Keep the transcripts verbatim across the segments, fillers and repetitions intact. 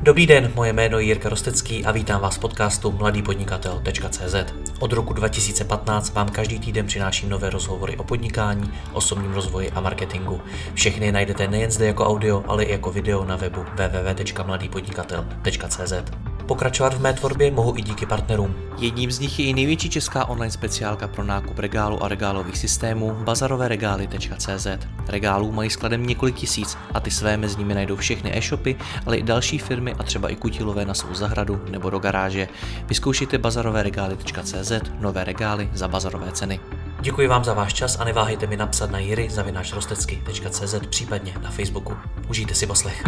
Dobrý den, moje jméno je Jirka Rostecký a vítám vás v podcastu mladý podnikatel tečka cé zet. Od roku dva tisíce patnáct vám každý týden přináším nové rozhovory o podnikání, osobním rozvoji a marketingu. Všechny najdete nejen zde jako audio, ale i jako video na webu w w w tečka mladý podnikatel tečka cé zet. Pokračovat v mé tvorbě mohu i díky partnerům. Jedním z nich je i největší česká online speciálka pro nákup regálu a regálových systémů bazarové regály tečka cé zet. Regálů mají skladem několik tisíc a ty své mezi nimi najdou všechny e-shopy, ale i další firmy a třeba i kutilové na svou zahradu nebo do garáže. Vyzkoušejte bazarové regály tečka cé zet, nové regály za bazarové ceny. Děkuji vám za váš čas a neváhejte mi napsat na jiry zavináč rostecky tečka cé zet, případně na Facebooku. Užijte si poslech.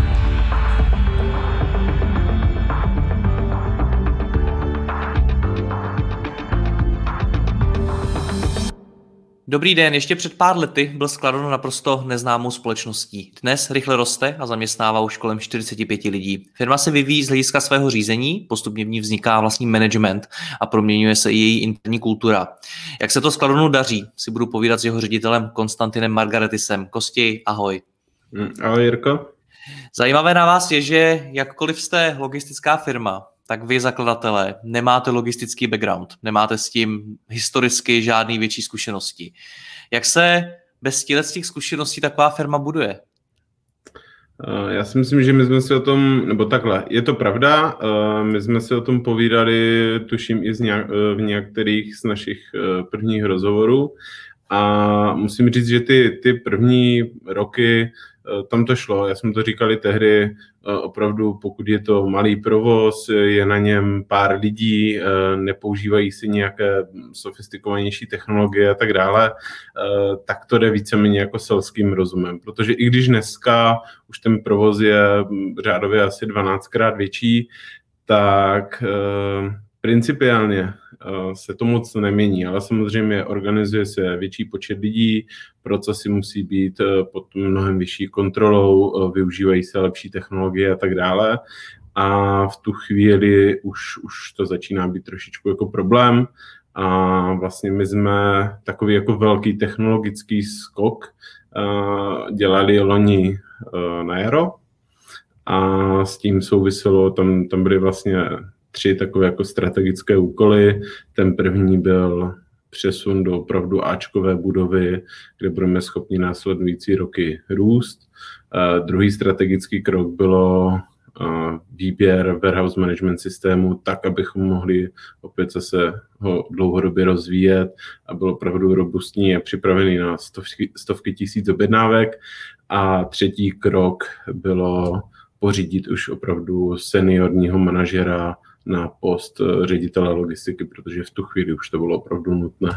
Dobrý den, ještě před pár lety byl Skladon naprosto neznámou společností. Dnes rychle roste a zaměstnává už kolem čtyřicet pět lidí. Firma se vyvíjí z hlediska svého řízení, postupně v ní vzniká vlastní management a proměňuje se i její interní kultura. Jak se to Skladonu daří, si budu povídat s jeho ředitelem Konstantinem Margaretisem. Kosti, ahoj. Ahoj Jirko. Zajímavé na vás je, že jakkoliv jste logistická firma, tak vy, zakladatelé, nemáte logistický background, nemáte s tím historicky žádný větší zkušenosti. Jak se bez těch zkušeností taková firma buduje? Já si myslím, že my jsme si o tom, nebo takhle, je to pravda, my jsme si o tom povídali, tuším i z nějak, v některých z našich prvních rozhovorů a musím říct, že ty, ty první roky tam to šlo, já jsem to říkali tehdy, opravdu pokud je to malý provoz, je na něm pár lidí, nepoužívají si nějaké sofistikovanější technologie a tak dále, tak to jde víceméně jako selským rozumem, protože i když dneska už ten provoz je řádově asi dvanáctkrát větší, tak principiálně se to moc nemění, ale samozřejmě organizuje se větší počet lidí, procesy musí být pod mnohem vyšší kontrolou, využívají se lepší technologie a tak dále. A v tu chvíli už, už to začíná být trošičku jako problém. A vlastně my jsme takový jako velký technologický skok dělali loni na jaro a s tím souviselo, tam, tam byly vlastně tři takové jako strategické úkoly. Ten první byl přesun do opravdu áčkové budovy, kde budeme schopni následující roky růst. Uh, druhý strategický krok bylo uh, výběr warehouse management systému tak, abychom mohli opět zase ho dlouhodobě rozvíjet a byl opravdu robustní a připravený na stovky, stovky tisíc objednávek. A třetí krok bylo pořídit už opravdu seniorního manažera na post ředitele logistiky, protože v tu chvíli už to bylo opravdu nutné.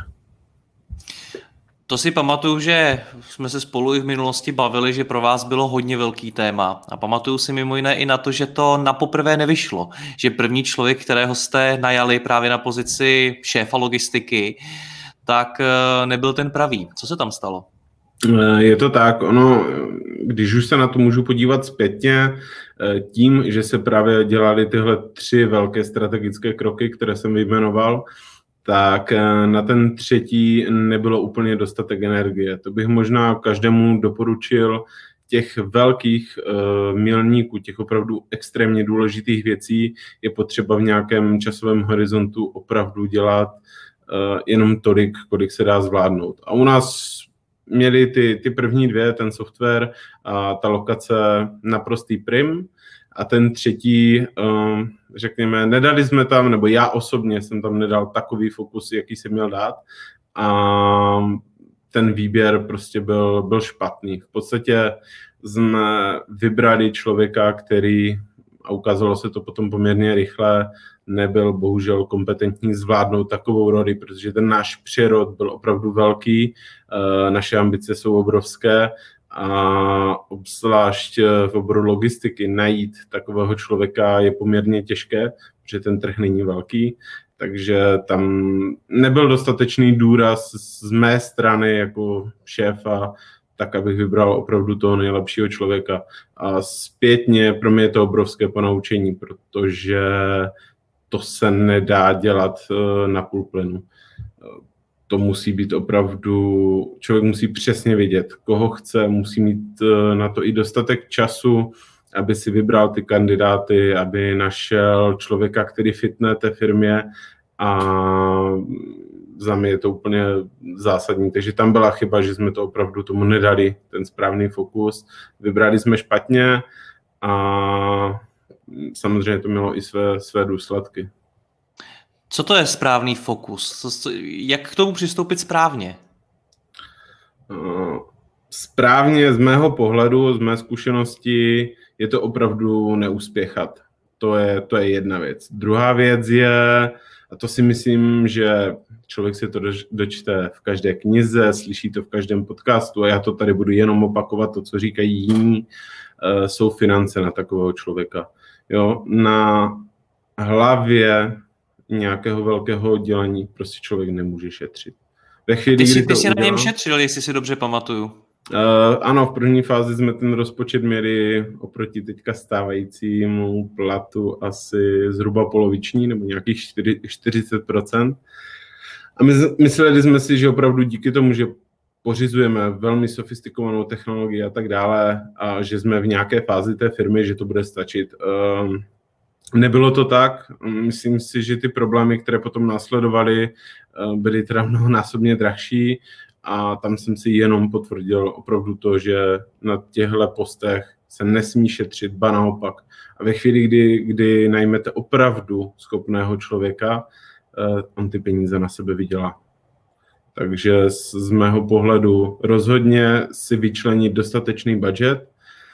To si pamatuju, že jsme se spolu i v minulosti bavili, že pro vás bylo hodně velký téma. A pamatuju si mimo jiné i na to, že to napoprvé nevyšlo. Že první člověk, kterého jste najali právě na pozici šéfa logistiky, tak nebyl ten pravý. Co se tam stalo? Je to tak, ono, když už se na to můžu podívat zpětně, tím, že se právě dělaly tyhle tři velké strategické kroky, které jsem vyjmenoval, tak na ten třetí nebylo úplně dostatek energie. To bych možná každému doporučil. Těch velkých uh, milníků, těch opravdu extrémně důležitých věcí je potřeba v nějakém časovém horizontu opravdu dělat uh, jenom tolik, kolik se dá zvládnout. A u nás měli ty, ty první dvě, ten software a ta lokace naprostý prim a ten třetí, um, řekněme, nedali jsme tam, nebo já osobně jsem tam nedal takový fokus, jaký jsem měl dát a ten výběr prostě byl, byl špatný. V podstatě jsme vybrali člověka, který, a ukázalo se to potom poměrně rychle, nebyl bohužel kompetentní zvládnout takovou roli, protože ten náš přerod byl opravdu velký, naše ambice jsou obrovské a obzvlášť v oboru logistiky najít takového člověka je poměrně těžké, protože ten trh není velký, takže tam nebyl dostatečný důraz z mé strany jako šéfa, tak abych vybral opravdu toho nejlepšího člověka. A zpětně pro mě je to obrovské ponaučení, protože to se nedá dělat na půl plynu. To musí být opravdu, člověk musí přesně vědět, koho chce, musí mít na to i dostatek času, aby si vybral ty kandidáty, aby našel člověka, který fitne té firmě, a za mě je to úplně zásadní. Takže tam byla chyba, že jsme to opravdu tomu nedali, ten správný fokus. Vybrali jsme špatně a samozřejmě to mělo i své, své důsledky. Co to je správný fokus? Jak k tomu přistoupit správně? Správně z mého pohledu, z mé zkušenosti, je to opravdu neuspěchat. To je, to je jedna věc. Druhá věc je, a to si myslím, že člověk si to dočte v každé knize, slyší to v každém podcastu a já to tady budu jenom opakovat, to, co říkají jiní, jsou finance na takového člověka. Jo, na hlavě nějakého velkého oddělení prostě člověk nemůže šetřit. Ve chvíli, ty jsi, kdy ty to jsi udělá, na něm šetřil, jestli si dobře pamatuju. Uh, ano, v první fázi jsme ten rozpočet měli oproti teďka stávajícímu platu asi zhruba poloviční, nebo nějakých čtyřicet procent. A my mysleli jsme si, že opravdu díky tomu, že pořizujeme velmi sofistikovanou technologii a tak dále, a že jsme v nějaké fázi té firmy, že to bude stačit. Uh, nebylo to tak. Myslím si, že ty problémy, které potom následovaly, uh, byly teda mnohonásobně drahší. A tam jsem si jenom potvrdil opravdu to, že na těchto postech se nesmí šetřit, ba naopak. A ve chvíli, kdy, kdy najmete opravdu schopného člověka, on ty peníze na sebe vydělá. Takže z, z mého pohledu rozhodně si vyčlenit dostatečný budget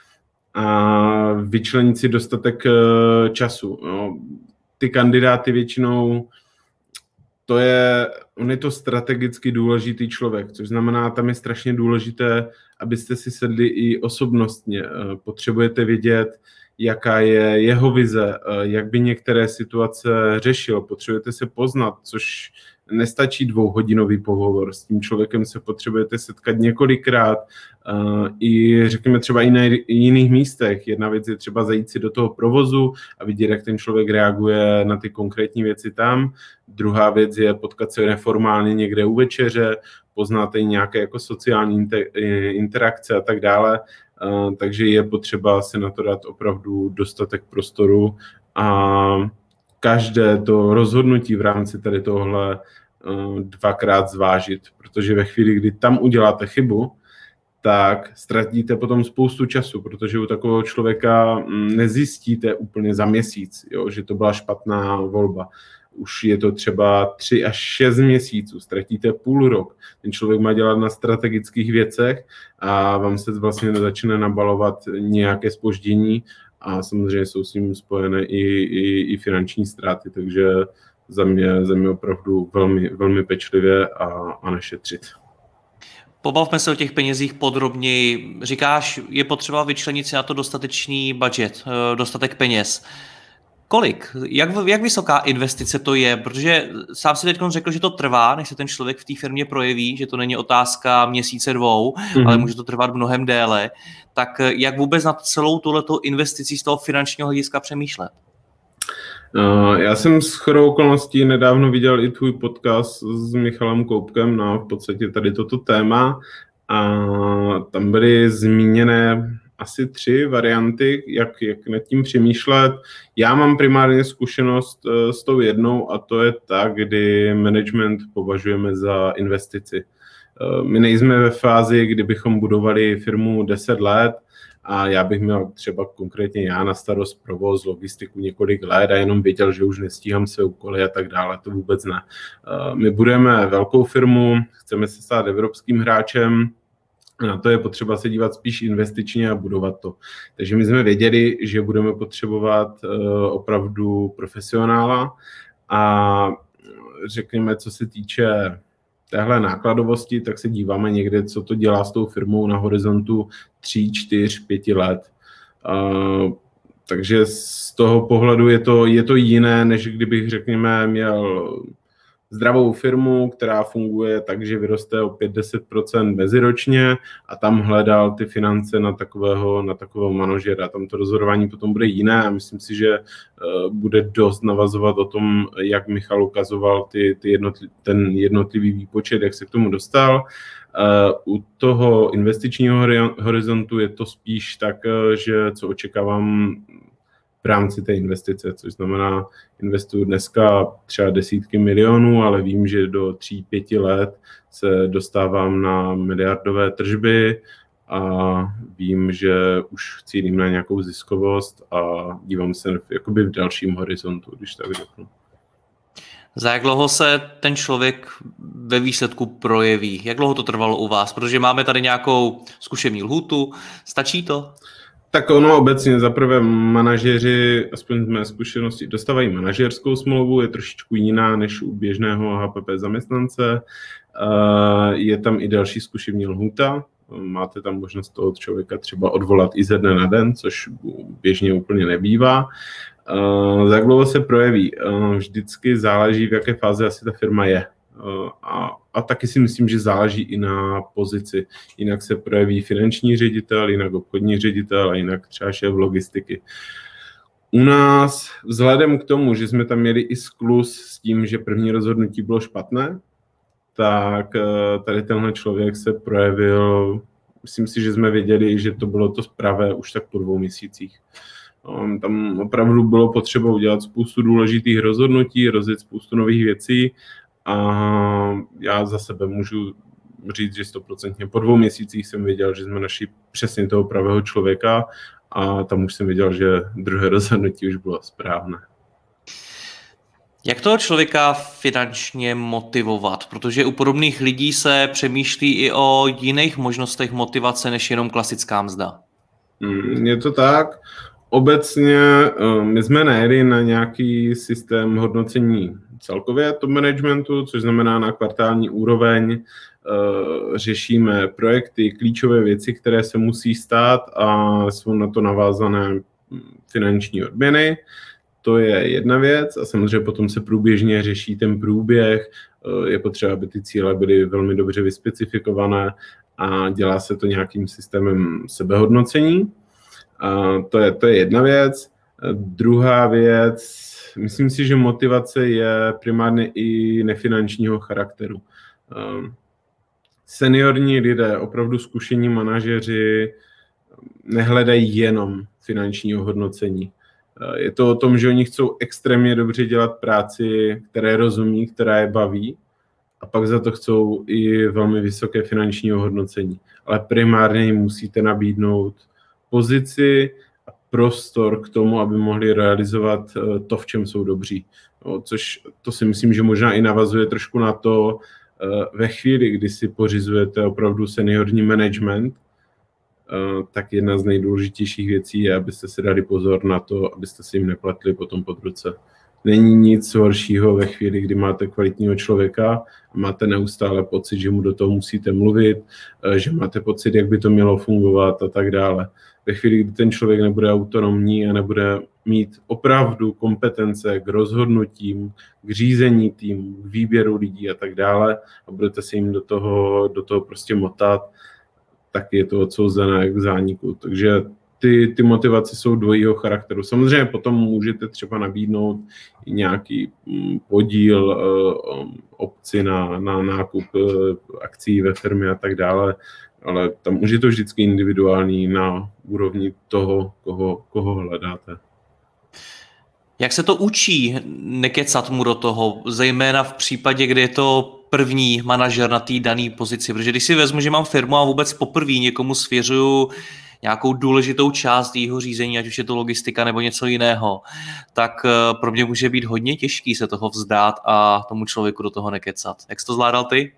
a vyčlenit si dostatek času. No, ty kandidáty většinou To je, on je to strategicky důležitý člověk, což znamená, tam je strašně důležité, abyste si sedli i osobnostně. Potřebujete vědět, jaká je jeho vize, jak by některé situace řešil. Potřebujete se poznat, což nestačí dvouhodinový pohovor. S tím člověkem se potřebujete setkat několikrát, i řekněme třeba i na jiných místech. Jedna věc je třeba zajít si do toho provozu a vidět, jak ten člověk reaguje na ty konkrétní věci tam. Druhá věc je potkat se neformálně někde u večeře, poznáte i nějaké jako sociální interakce a tak dále. Takže je potřeba si na to dát opravdu dostatek prostoru a každé to rozhodnutí v rámci tady tohle dvakrát zvážit, protože ve chvíli, kdy tam uděláte chybu, tak ztratíte potom spoustu času, protože u takového člověka nezjistíte úplně za měsíc, jo, že to byla špatná volba. Už je to třeba tři až šest měsíců, ztratíte půl rok. Ten člověk má dělat na strategických věcech a vám se vlastně začne nabalovat nějaké zpoždění a samozřejmě jsou s ním spojené i, i, i finanční ztráty, takže za mě, za mě opravdu velmi, velmi pečlivě a, a nešetřit. Pobavme se o těch penězích podrobněji. Říkáš, je potřeba vyčlenit si na to dostatečný budget, dostatek peněz. Kolik? Jak, jak vysoká investice to je? Protože sám si teď řekl, že to trvá, než se ten člověk v té firmě projeví, že to není otázka měsíce dvou, mm-hmm. ale může to trvat mnohem déle. Tak jak vůbec nad celou tuhletou investicí z toho finančního hlediska přemýšlet? Uh, já jsem s chodou okolností nedávno viděl i tvůj podcast s Michalem Koupkem na v podstatě tady toto téma a tam byly zmíněné asi tři varianty, jak, jak nad tím přemýšlet. Já mám primárně zkušenost uh, s tou jednou a to je ta, kdy management považujeme za investici. Uh, my nejsme ve fázi, kdy bychom budovali firmu deset let a já bych měl třeba konkrétně já na starost provoz, logistiku několik let a jenom věděl, že už nestíhám své úkoly a tak dále. To vůbec ne. Uh, my budeme velkou firmu, chceme se stát evropským hráčem, na to je potřeba se dívat spíš investičně a budovat to. Takže my jsme věděli, že budeme potřebovat uh, opravdu profesionála a řekněme, co se týče téhle nákladovosti, tak se díváme někde, co to dělá s tou firmou na horizontu tři, čtyři, pěti let. Uh, takže z toho pohledu je to, je to jiné, než kdybych, řekněme, měl zdravou firmu, která funguje tak, že vyroste o pět až deset procent meziročně a tam hledal ty finance na takového, na takového manažera. Tam to rozhodování potom bude jiné a myslím si, že uh, bude dost navazovat o tom, jak Michal ukazoval ty, ty jednotli, ten jednotlivý výpočet, jak se k tomu dostal. Uh, u toho investičního horizontu je to spíš tak, že co očekávám v rámci té investice, což znamená, investuju dneska třeba desítky milionů, ale vím, že do tří, pěti let se dostávám na miliardové tržby a vím, že už cílím na nějakou ziskovost a dívám se jakoby v dalším horizontu, když tak řeknu. Za jak dlouho se ten člověk ve výsledku projeví? Jak dlouho to trvalo u vás? Protože máme tady nějakou zkušební lhůtu. Stačí to? Tak ono obecně, zaprvé manažeři, aspoň z mé zkušenosti, dostávají manažerskou smlouvu, je trošičku jiná než u běžného H P P zaměstnance. Je tam i další zkušební lhůta. Máte tam možnost toho člověka třeba odvolat i ze dne na den, což běžně úplně nebývá. Za jak dlouho se projeví? Vždycky záleží, v jaké fázi asi ta firma je. A, a taky si myslím, že záleží i na pozici. Jinak se projeví finanční ředitel, jinak obchodní ředitel a jinak třeba šéf logistiky. U nás, vzhledem k tomu, že jsme tam měli i skluz s tím, že první rozhodnutí bylo špatné, tak tady tenhle člověk se projevil, myslím si, že jsme věděli, že to bylo to pravé už tak po dvou měsících. Tam opravdu bylo potřeba udělat spoustu důležitých rozhodnutí, rozjet spoustu nových věcí a já za sebe můžu říct, že stoprocentně po dvou měsících jsem věděl, že jsme našli přesně toho pravého člověka a tam už jsem věděl, že druhé rozhodnutí už bylo správné. Jak toho člověka finančně motivovat? Protože u podobných lidí se přemýšlí i o jiných možnostech motivace, než jenom klasická mzda. Hmm, je to tak. Obecně my jsme nejeli na nějaký systém hodnocení celkově top managementu, což znamená na kvartální úroveň. Řešíme projekty, klíčové věci, které se musí stát a jsou na to navázané finanční odměny. To je jedna věc a samozřejmě potom se průběžně řeší ten průběh. Je potřeba, aby ty cíle byly velmi dobře vyspecifikované a dělá se to nějakým systémem sebehodnocení. A to je, to je jedna věc. Druhá věc, myslím si, že motivace je primárně i nefinančního charakteru. Seniorní lidé, opravdu zkušení manažeři nehledají jenom finančního hodnocení. Je to o tom, že oni chcou extrémně dobře dělat práci, které rozumí, která je baví a pak za to chcou i velmi vysoké finanční hodnocení. Ale primárně jim musíte nabídnout pozici a prostor k tomu, aby mohli realizovat to, v čem jsou dobří. No, což to si myslím, že možná i navazuje trošku na to, ve chvíli, kdy si pořizujete opravdu seniorní management, tak jedna z nejdůležitějších věcí je, abyste si dali pozor na to, abyste si jim nepletli potom pod ruce. Není nic horšího ve chvíli, kdy máte kvalitního člověka a máte neustále pocit, že mu do toho musíte mluvit, že máte pocit, jak by to mělo fungovat a tak dále. Ve chvíli, kdy ten člověk nebude autonomní a nebude mít opravdu kompetence k rozhodnutím, k řízení týmu, k výběru lidí a tak dále a budete se jim do toho, do toho prostě motat, tak je to odsouzené k zániku. Takže ty, ty motivace jsou dvojího charakteru. Samozřejmě potom můžete třeba nabídnout i nějaký podíl opci na, na nákup akcí ve firmě a tak dále, ale tam už je to vždycky individuální na úrovni toho, koho, koho hledáte. Jak se to učí nekecat mu do toho, zejména v případě, kdy je to první manažer na té dané pozici? Protože když si vezmu, že mám firmu a vůbec poprvé někomu svěřuju nějakou důležitou část jeho řízení, ať už je to logistika nebo něco jiného, tak pro mě může být hodně těžký se toho vzdát a tomu člověku do toho nekecat. Jak jsi to zvládal ty?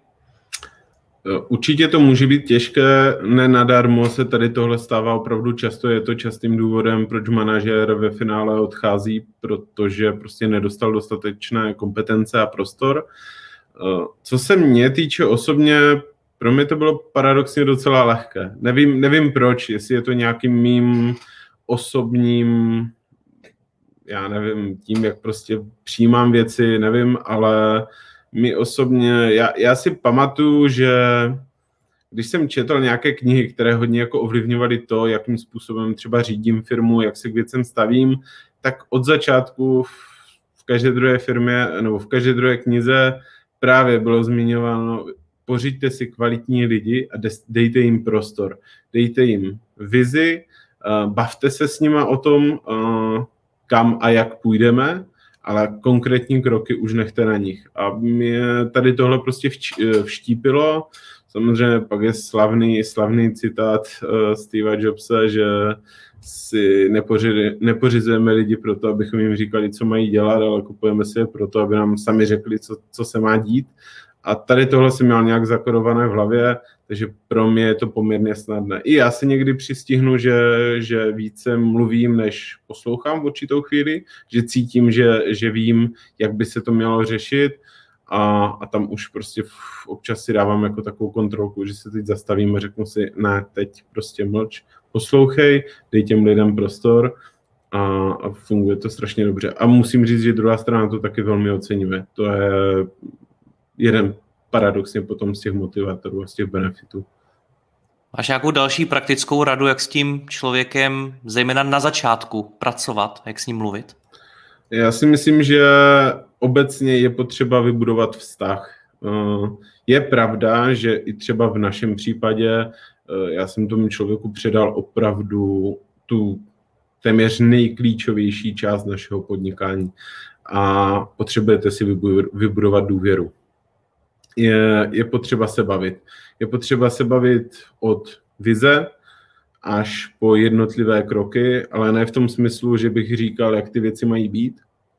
Určitě to může být těžké, ne nadarmo se tady tohle stává opravdu často, je to častým důvodem, proč manažer ve finále odchází, protože prostě nedostal dostatečné kompetence a prostor. Co se mě týče osobně, pro mě to bylo paradoxně docela lehké. Nevím, nevím proč, jestli je to nějakým mým osobním, já nevím, tím, jak prostě přijímám věci, nevím, ale my osobně, já, já si pamatuju, že když jsem četl nějaké knihy, které hodně jako ovlivňovaly to, jakým způsobem třeba řídím firmu, jak se k věcem stavím, tak od začátku v každé druhé firmě nebo v každé druhé knize právě bylo zmiňováno, pořiďte si kvalitní lidi a dejte jim prostor. Dejte jim vizi, bavte se s nima o tom, kam a jak půjdeme, ale konkrétní kroky už nechte na nich. A mě tady tohle prostě vštípilo. Samozřejmě pak je slavný, slavný citát uh, Steva Jobse, že si nepoři, nepořizujeme lidi proto, abychom jim říkali, co mají dělat, ale kupujeme si je proto, aby nám sami řekli, co, co se má dít. A tady tohle jsem měl nějak zakodované v hlavě, takže pro mě je to poměrně snadné. I já se někdy přistihnu, že, že více mluvím, než poslouchám v určitou chvíli, že cítím, že, že vím, jak by se to mělo řešit. A, a tam už prostě občas si dávám jako takovou kontrolku, že se teď zastavím a řeknu si, ne, teď prostě mlč, poslouchej, dej těm lidem prostor a, a funguje to strašně dobře. A musím říct, že druhá strana to taky velmi oceňuje. To je jeden paradoxně potom z těch motivátorů a z těch benefitů. Máš nějakou další praktickou radu, jak s tím člověkem, zejména na začátku, pracovat, jak s ním mluvit? Já si myslím, že obecně je potřeba vybudovat vztah. Je pravda, že i třeba v našem případě já jsem tomu člověku předal opravdu tu téměř nejklíčovější část našeho podnikání a potřebujete si vybudovat důvěru. Je, je potřeba se bavit. Je potřeba se bavit od vize až po jednotlivé kroky, ale ne v tom smyslu, že bych říkal, jak ty věci mají být,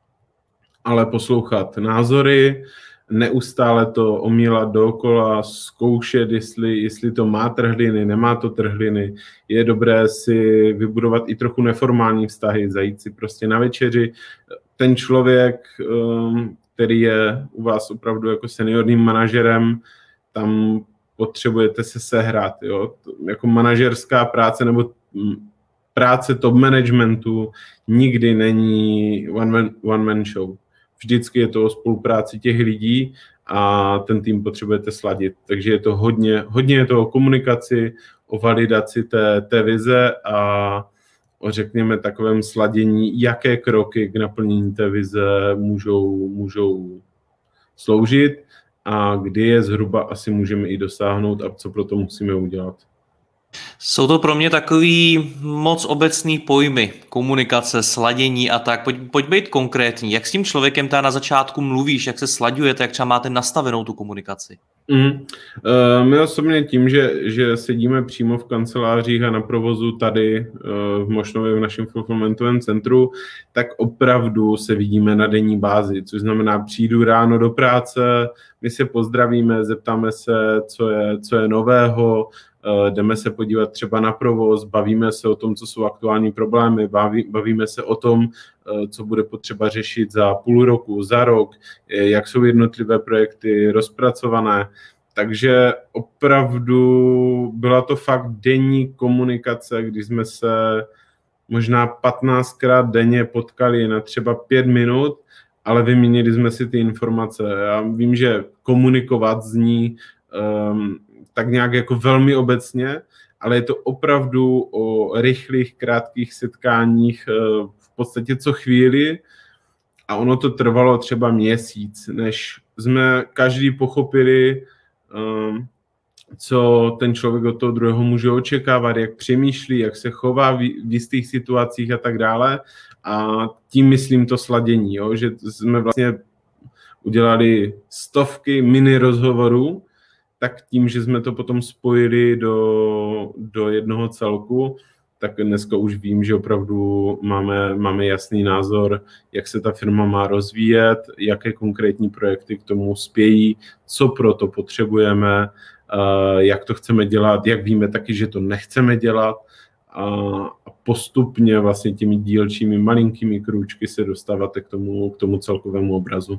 ale poslouchat názory, neustále to omílat dookola, zkoušet, jestli, jestli to má trhliny, nemá to trhliny. Je dobré si vybudovat i trochu neformální vztahy, zajít si prostě na večeři. Ten člověk, který je u vás opravdu jako seniorním manažerem, tam potřebujete se sehrát. Jo? Jako manažerská práce nebo práce top managementu nikdy není one man, one man show. Vždycky je to o spolupráci těch lidí a ten tým potřebujete sladit. Takže je to hodně, hodně je to o komunikaci, o validaci té, té vize a o, řekněme, takovém sladění, jaké kroky k naplnění té vize můžou, můžou sloužit a kdy je zhruba asi můžeme i dosáhnout a co pro to musíme udělat. Jsou to pro mě takový moc obecný pojmy, komunikace, sladění a tak. Pojď, pojď být konkrétní. Jak s tím člověkem teda na začátku mluvíš, jak se slaďujete, jak třeba máte nastavenou tu komunikaci? Mm. Uh, my osobně tím, že, že sedíme přímo v kancelářích a na provozu tady uh, v Mošnově v našem fulfillmentovém centru, tak opravdu se vidíme na denní bázi, což znamená, přijdu ráno do práce, my se pozdravíme, zeptáme se, co je, co je nového, jdeme se podívat třeba na provoz, bavíme se o tom, co jsou aktuální problémy, baví, bavíme se o tom, co bude potřeba řešit za půl roku, za rok, jak jsou jednotlivé projekty rozpracované. Takže opravdu byla to fakt denní komunikace, kdy jsme se možná patnáctkrát denně potkali na třeba pět minut, ale vyměnili jsme si ty informace. Já vím, že komunikovat zní um, tak nějak jako velmi obecně, ale je to opravdu o rychlých, krátkých setkáních v podstatě co chvíli a ono to trvalo třeba měsíc, než jsme každý pochopili, co ten člověk od toho druhého může očekávat, jak přemýšlí, jak se chová v jistých situacích a tak dále. A tím myslím to sladění, jo? Že jsme vlastně udělali stovky mini rozhovorů, tak tím, že jsme to potom spojili do, do jednoho celku, tak dneska už vím, že opravdu máme, máme jasný názor, jak se ta firma má rozvíjet, jaké konkrétní projekty k tomu spějí, co pro to potřebujeme, jak to chceme dělat, jak víme taky, že to nechceme dělat a postupně vlastně těmi dílčími malinkými krůčky se dostáváte k tomu, k tomu celkovému obrazu.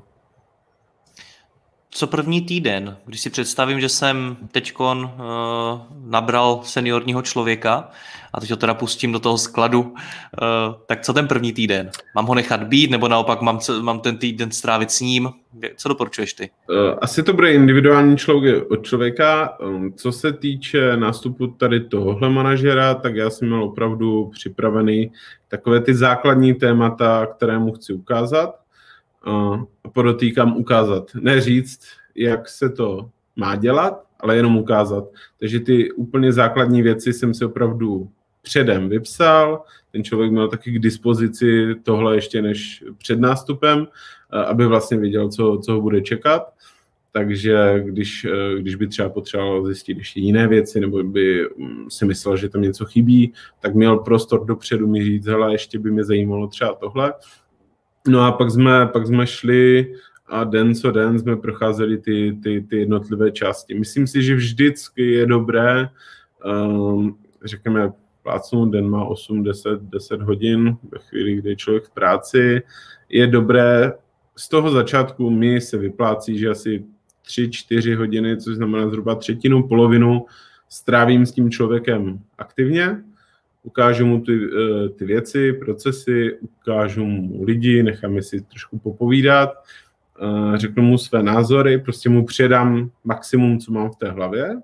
Co první týden, když si představím, že jsem teďkon uh, nabral seniorního člověka a teď ho teda pustím do toho skladu, uh, tak co ten první týden? Mám ho nechat být nebo naopak mám, mám ten týden strávit s ním? Co doporučuješ ty? Asi to bude individuální člověk od člověka. Co se týče nástupu tady tohohle manažera, tak já jsem měl opravdu připravený takové ty základní témata, které mu chci ukázat. A podotýkám ukázat. Ne říct, jak se to má dělat, ale jenom ukázat. Takže ty úplně základní věci jsem si opravdu předem vypsal. Ten člověk měl taky k dispozici tohle ještě než před nástupem, aby vlastně věděl, co, co ho bude čekat. Takže když, když by třeba potřeboval zjistit ještě jiné věci, nebo by si myslel, že tam něco chybí, tak měl prostor dopředu mi říct, hele, ještě by mě zajímalo třeba tohle. No a pak jsme, pak jsme šli a den co den jsme procházeli ty, ty, ty jednotlivé části. Myslím si, že vždycky je dobré, um, řekněme, plácnout, den má osm, deset, deset hodin, ve chvíli, kdy je člověk v práci, je dobré, z toho začátku mi se vyplácí, že asi tři, čtyři hodiny, což znamená zhruba třetinu, polovinu, strávím s tím člověkem aktivně, ukážu mu ty, ty věci, procesy, ukážu mu lidi, nechám si trošku popovídat, řeknu mu své názory, prostě mu předám maximum, co mám v té hlavě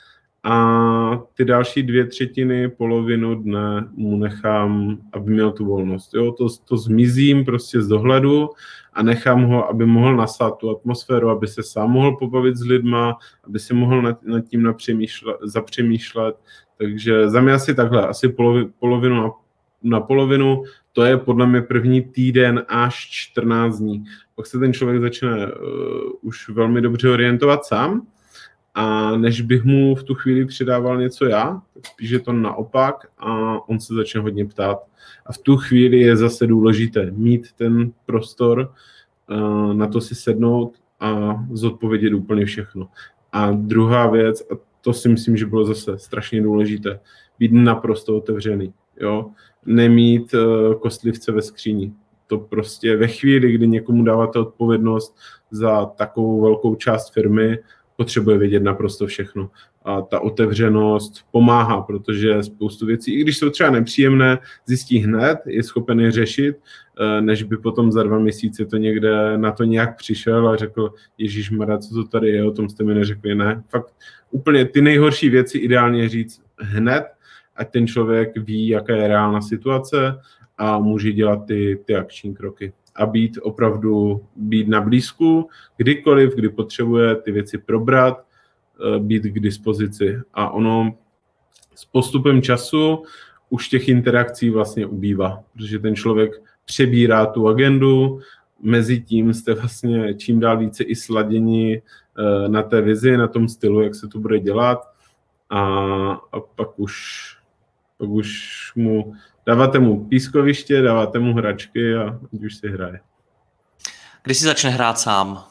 a ty další dvě třetiny, polovinu dne mu nechám, aby měl tu volnost. Jo, to, to zmizím prostě z dohledu a nechám ho, aby mohl nasát tu atmosféru, aby se sám mohl pobavit s lidma, aby si mohl nad, nad tím zapřemýšlet. Takže za mě asi takhle, asi polovi, polovinu na, na polovinu, to je podle mě první týden až čtrnáct dní. Pak se ten člověk začne uh, už velmi dobře orientovat sám a než bych mu v tu chvíli předával něco já, tak spíš je to naopak a on se začne hodně ptát. A v tu chvíli je zase důležité mít ten prostor, uh, na to si sednout a zodpovědět úplně všechno. A druhá věc, a to si myslím, že bylo zase strašně důležité, být naprosto otevřený, jo? Nemít uh, kostlivce ve skříni. To prostě ve chvíli, kdy někomu dáváte odpovědnost za takovou velkou část firmy, potřebuje vědět naprosto všechno. A ta otevřenost pomáhá, protože spoustu věcí, i když jsou třeba nepříjemné, zjistí hned, je schopen je řešit, než by potom za dva měsíce to někde na to nějak přišel a řekl, ježišmarja, co to tady je, o tom jste mi neřekli, ne. Fakt úplně ty nejhorší věci ideálně říct hned, ať ten člověk ví, jaká je reálná situace a může dělat ty, ty akční kroky. A být opravdu, být na blízku, kdykoliv, kdy potřebuje ty věci probrat, být k dispozici. A ono s postupem času už těch interakcí vlastně ubývá, protože ten člověk přebírá tu agendu, mezi tím jste vlastně čím dál více i sladěni na té vizi, na tom stylu, jak se to bude dělat a, a pak už, pak už mu dáváte mu pískoviště, dáváte mu hračky a už si hraje. Kdy si začne hrát sám?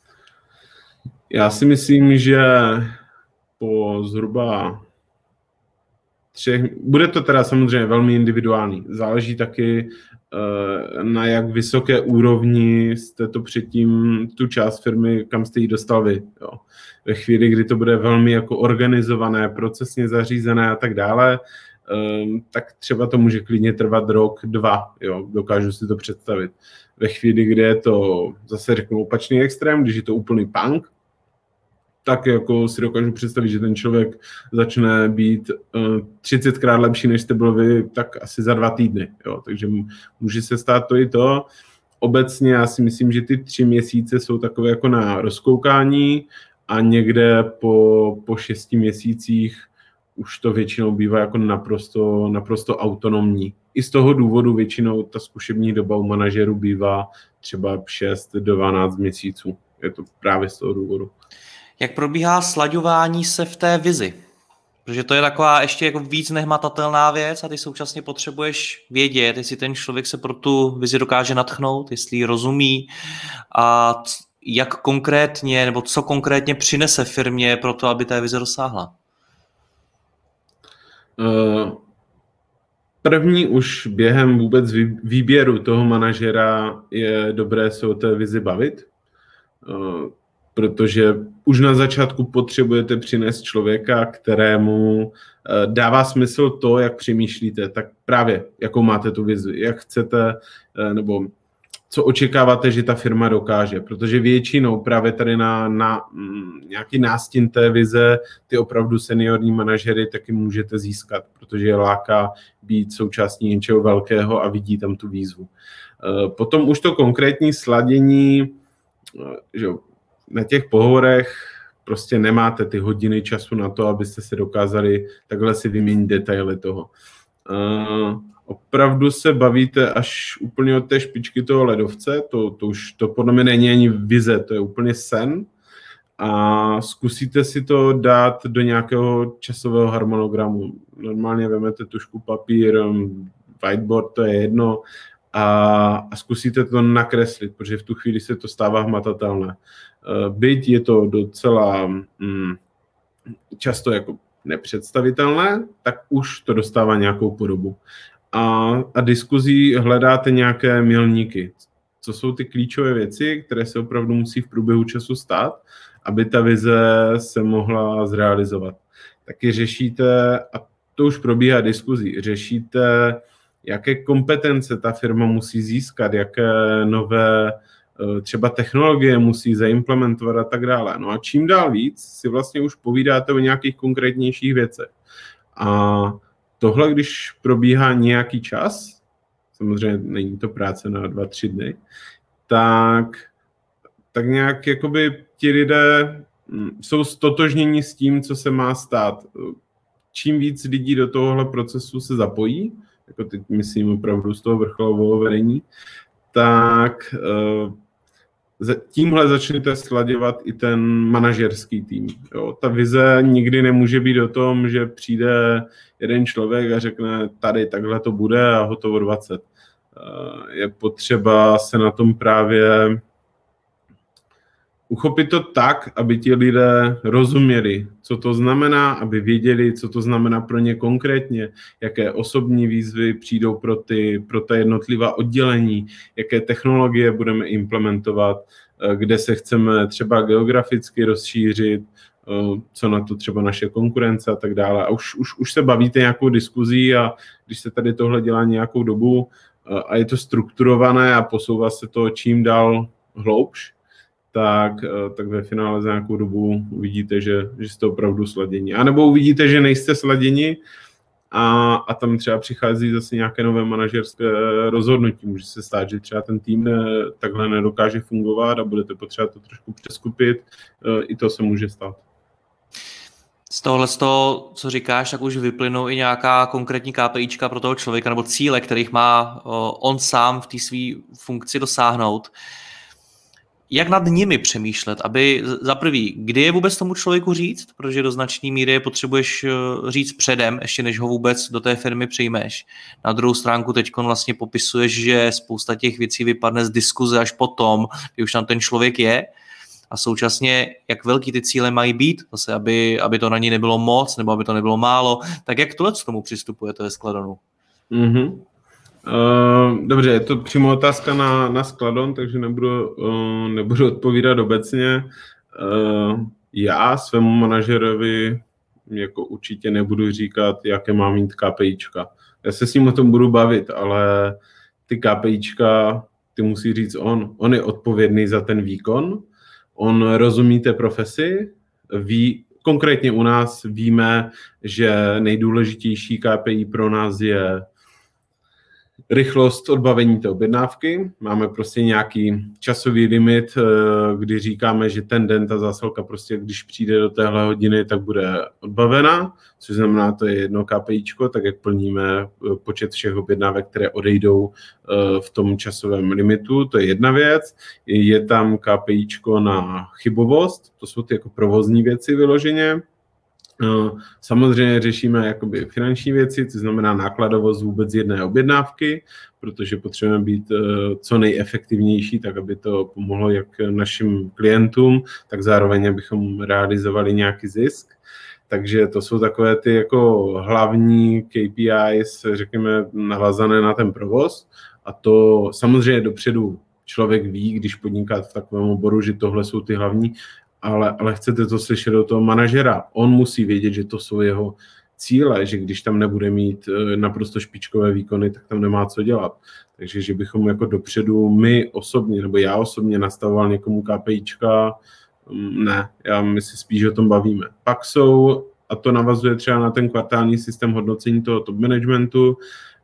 Já si myslím, že po zhruba třech, bude to teda samozřejmě velmi individuální. Záleží taky, na jak vysoké úrovni jste to předtím, tu část firmy, kam jste ji dostal vy. Jo. Ve chvíli, kdy to bude velmi jako organizované, procesně zařízené a tak dále, tak třeba to může klidně trvat rok, dva, jo, dokážu si to představit. Ve chvíli, kdy je to, zase řeknu, opačný extrém, když je to úplný punk, tak jako si dokážu představit, že ten člověk začne být uh, třicetkrát lepší, než jste byl vy, tak asi za dva týdny. Jo. Takže může se stát to i to. Obecně já si myslím, že ty tři měsíce jsou takové jako na rozkoukání a někde po, po šesti měsících už to většinou bývá jako naprosto, naprosto autonomní. I z toho důvodu většinou ta zkušební doba u manažerů bývá třeba šest do dvanácti měsíců. Je to právě z toho důvodu. Jak probíhá slaďování se v té vizi? Protože to je taková ještě jako víc nehmatatelná věc a ty současně potřebuješ vědět, jestli ten člověk se pro tu vizi dokáže nadchnout, jestli ji rozumí a jak konkrétně, nebo co konkrétně přinese firmě pro to, aby té vize dosáhla. První už během vůbec výběru toho manažera je dobré se o té vizi bavit, protože už na začátku potřebujete přinést člověka, kterému dává smysl to, jak přemýšlíte, tak právě jakou máte tu vizi, jak chcete, nebo co očekáváte, že ta firma dokáže, protože většinou právě tady na, na mm, nějaký nástin té vize ty opravdu seniorní manažery taky můžete získat, protože je láká být součástí něčeho velkého a vidí tam tu výzvu. Potom už to konkrétní sladění, že na těch pohovorech prostě nemáte ty hodiny času na to, abyste se dokázali takhle si vyměnit detaily toho. Uh, opravdu se bavíte až úplně od té špičky toho ledovce, to, to už to podle mě není ani vize, to je úplně sen a zkusíte si to dát do nějakého časového harmonogramu. Normálně vezmete tužku, papír, whiteboard, to je jedno, a, a zkusíte to nakreslit, protože v tu chvíli se to stává hmatatelné. Byť je to docela mm, často jako nepředstavitelné, tak už to dostává nějakou podobu. A, a diskuzí hledáte nějaké milníky. Co jsou ty klíčové věci, které se opravdu musí v průběhu času stát, aby ta vize se mohla zrealizovat. Taky řešíte, a to už probíhá diskuzí, řešíte, jaké kompetence ta firma musí získat, jaké nové třeba technologie musí zaimplementovat a tak dále. No a čím dál víc si vlastně už povídáte o nějakých konkrétnějších věcech. A tohle, když probíhá nějaký čas, samozřejmě není to práce na dva, tři dny, tak, tak nějak jakoby ti lidé jsou stotožněni s tím, co se má stát. Čím víc lidí do tohohle procesu se zapojí, jako teď myslím opravdu z toho vrcholového vedení, tak tímhle začnete slaďovat i ten manažerský tým. Jo, ta vize nikdy nemůže být o tom, že přijde jeden člověk a řekne, tady takhle to bude a hotovo dvacet. Je potřeba se na tom právě uchopit to tak, aby ti lidé rozuměli, co to znamená, aby věděli, co to znamená pro ně konkrétně, jaké osobní výzvy přijdou pro, ty, pro ta jednotlivá oddělení, jaké technologie budeme implementovat, kde se chceme třeba geograficky rozšířit, co na to třeba naše konkurence a tak dále. A už, už, už se bavíte nějakou diskuzí a když se tady tohle dělá nějakou dobu a je to strukturované a posouvá se to čím dál hloubš, tak, tak ve finále za nějakou dobu uvidíte, že, že jste opravdu sladěni. A nebo uvidíte, že nejste sladěni a, a tam třeba přichází zase nějaké nové manažerské rozhodnutí. Může se stát, že třeba ten tým ne, takhle nedokáže fungovat a budete potřebovat to trošku přeskupit. I to se může stát. Z tohohle, z toho, co říkáš, tak už vyplynou i nějaká konkrétní KPIčka pro toho člověka nebo cíle, kterých má on sám v té své funkci dosáhnout. Jak nad nimi přemýšlet, aby za prvý, kdy je vůbec tomu člověku říct, protože do značné míry je potřebuješ říct předem, ještě než ho vůbec do té firmy přijmeš. Na druhou stránku teďkon vlastně popisuješ, že spousta těch věcí vypadne z diskuze až potom, kdy už tam ten člověk je a současně, jak velký ty cíle mají být, zase, aby, aby to na ní nebylo moc, nebo aby to nebylo málo, tak jak tohle k tomu přistupujete ve Skladonu? Mhm. Uh, dobře, je to přímo otázka na, na Skladon, takže nebudu, uh, nebudu odpovídat obecně. Uh, já svému manažerovi jako určitě nebudu říkat, jaké má mít KPIčka. Já se s ním o tom budu bavit, ale ty KPIčka, ty musí říct on. On je odpovědný za ten výkon, on rozumí té profesi, ví, konkrétně u nás víme, že nejdůležitější K P I pro nás je rychlost odbavení té objednávky. Máme prostě nějaký časový limit, kdy říkáme, že ten den ta zásilka prostě, když přijde do téhle hodiny, tak bude odbavena, což znamená, to je jedno KPIčko, tak jak plníme počet všech objednávek, které odejdou v tom časovém limitu, to je jedna věc. Je tam KPIčko na chybovost, to jsou ty jako provozní věci vyloženě. Samozřejmě řešíme jakoby finanční věci, to znamená nákladovost vůbec jedné objednávky, protože potřebujeme být co nejefektivnější, tak aby to pomohlo jak našim klientům, tak zároveň abychom realizovali nějaký zisk. Takže to jsou takové ty jako hlavní K P Is, řekněme, navázané na ten provoz. A to samozřejmě dopředu člověk ví, když podniká v takovém oboru, že tohle jsou ty hlavní, Ale, ale chcete to slyšet od toho manažera. On musí vědět, že to jsou jeho cíle, že když tam nebude mít naprosto špičkové výkony, tak tam nemá co dělat. Takže, že bychom jako dopředu my osobně, nebo já osobně nastavoval někomu KPIčka, ne, já my si spíš o tom bavíme. Pak jsou, a to navazuje třeba na ten kvartální systém hodnocení toho top managementu,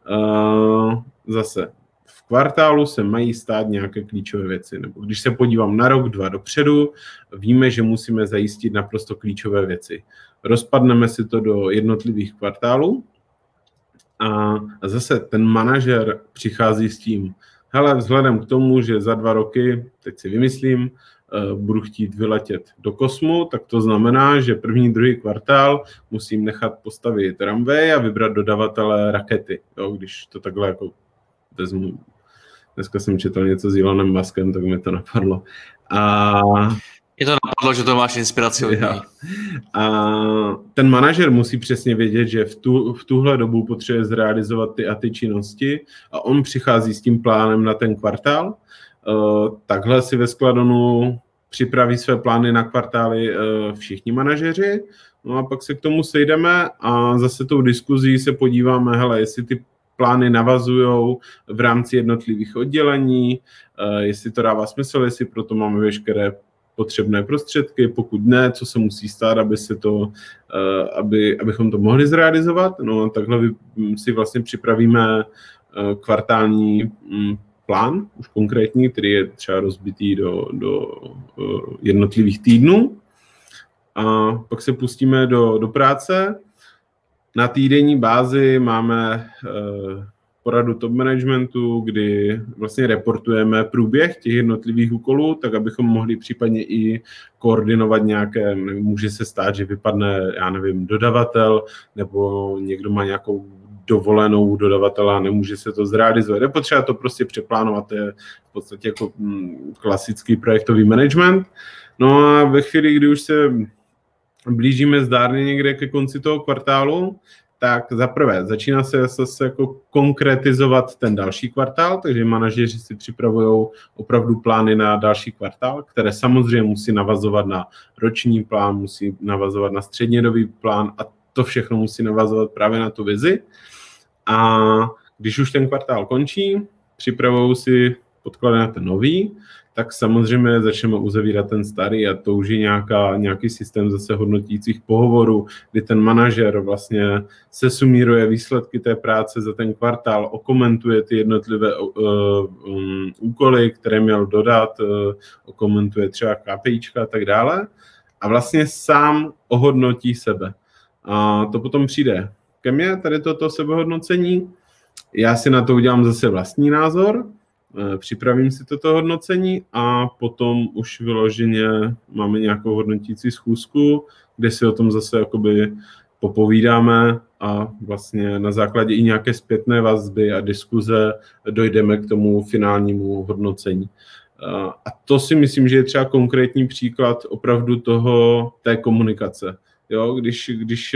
zase v kvartálu se mají stát nějaké klíčové věci. Nebo když se podívám na rok, dva dopředu, víme, že musíme zajistit naprosto klíčové věci. Rozpadneme si to do jednotlivých kvartálů a zase ten manažer přichází s tím, hele, vzhledem k tomu, že za dva roky, teď si vymyslím, budu chtít vyletět do kosmu, tak to znamená, že první, druhý kvartál musím nechat postavit runway a vybrat dodavatele rakety, jo, když to takhle jako vezmu. Dneska jsem četl něco s Elonem Muskem, tak mi to napadlo. A je to napadlo, že to máš inspiraci od něj. A ten manažer musí přesně vědět, že v, tu, v tuhle dobu potřebuje zrealizovat ty a ty činnosti a on přichází s tím plánem na ten kvartál. Uh, takhle si ve Skladonu připraví své plány na kvartály uh, všichni manažeři, no a pak se k tomu sejdeme a zase tou diskuzí se podíváme, hele, jestli ty plány navazujou v rámci jednotlivých oddělení, uh, jestli to dává smysl, jestli proto máme veškeré potřebné prostředky, pokud ne, co se musí stát, aby se to, uh, aby, abychom to mohli zrealizovat. No a takhle si vlastně připravíme uh, kvartální um, plán, už konkrétní, který je třeba rozbitý do, do uh, jednotlivých týdnů. A pak se pustíme do, do práce. Na týdenní bázi máme uh, poradu top managementu, kdy vlastně reportujeme průběh těch jednotlivých úkolů, tak abychom mohli případně i koordinovat nějaké, může se stát, že vypadne, já nevím, dodavatel, nebo někdo má nějakou dovolenou dodavatela, nemůže se to zrealizovat. Je potřeba to prostě přeplánovat, to je v podstatě jako klasický projektový management. No a ve chvíli, kdy už se blížíme zdárně někde ke konci toho kvartálu, tak za prvé začíná se zase jako konkretizovat ten další kvartál, takže manažeři si připravují opravdu plány na další kvartál, které samozřejmě musí navazovat na roční plán, musí navazovat na střednědobý plán a to všechno musí navazovat právě na tu vizi. A když už ten kvartál končí, připravují si podklady na ten nový, tak samozřejmě začneme uzavírat ten starý a to už je nějaká, nějaký systém zase hodnotících pohovorů, kdy ten manažer vlastně se sumíruje výsledky té práce za ten kvartál, okomentuje ty jednotlivé uh, um, úkoly, které měl dodat, uh, okomentuje třeba KPIčka a tak dále a vlastně sám ohodnotí sebe. A to potom přijde ke mně, tady toto sebehodnocení. Já si na to udělám zase vlastní názor, připravím si toto hodnocení a potom už vyloženě máme nějakou hodnotící schůzku, kde si o tom zase jakoby popovídáme a vlastně na základě i nějaké zpětné vazby a diskuze dojdeme k tomu finálnímu hodnocení. A to si myslím, že je třeba konkrétní příklad opravdu toho, té komunikace. Jo, když, když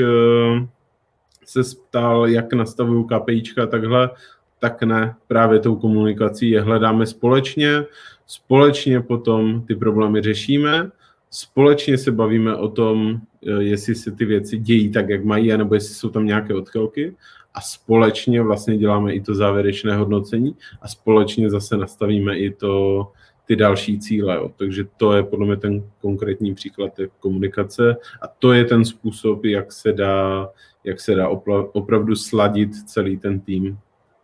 se ptal, jak nastavuju KPIčka takhle, tak ne, právě tou komunikací je hledáme společně, společně potom ty problémy řešíme, společně se bavíme o tom, jestli se ty věci dějí tak, jak mají, anebo jestli jsou tam nějaké odchylky a společně vlastně děláme i to závěrečné hodnocení a společně zase nastavíme i to, ty další cíle. Jo. Takže to je podle mě ten konkrétní příklad té komunikace a to je ten způsob, jak se dá, jak se dá opla- opravdu sladit celý ten tým.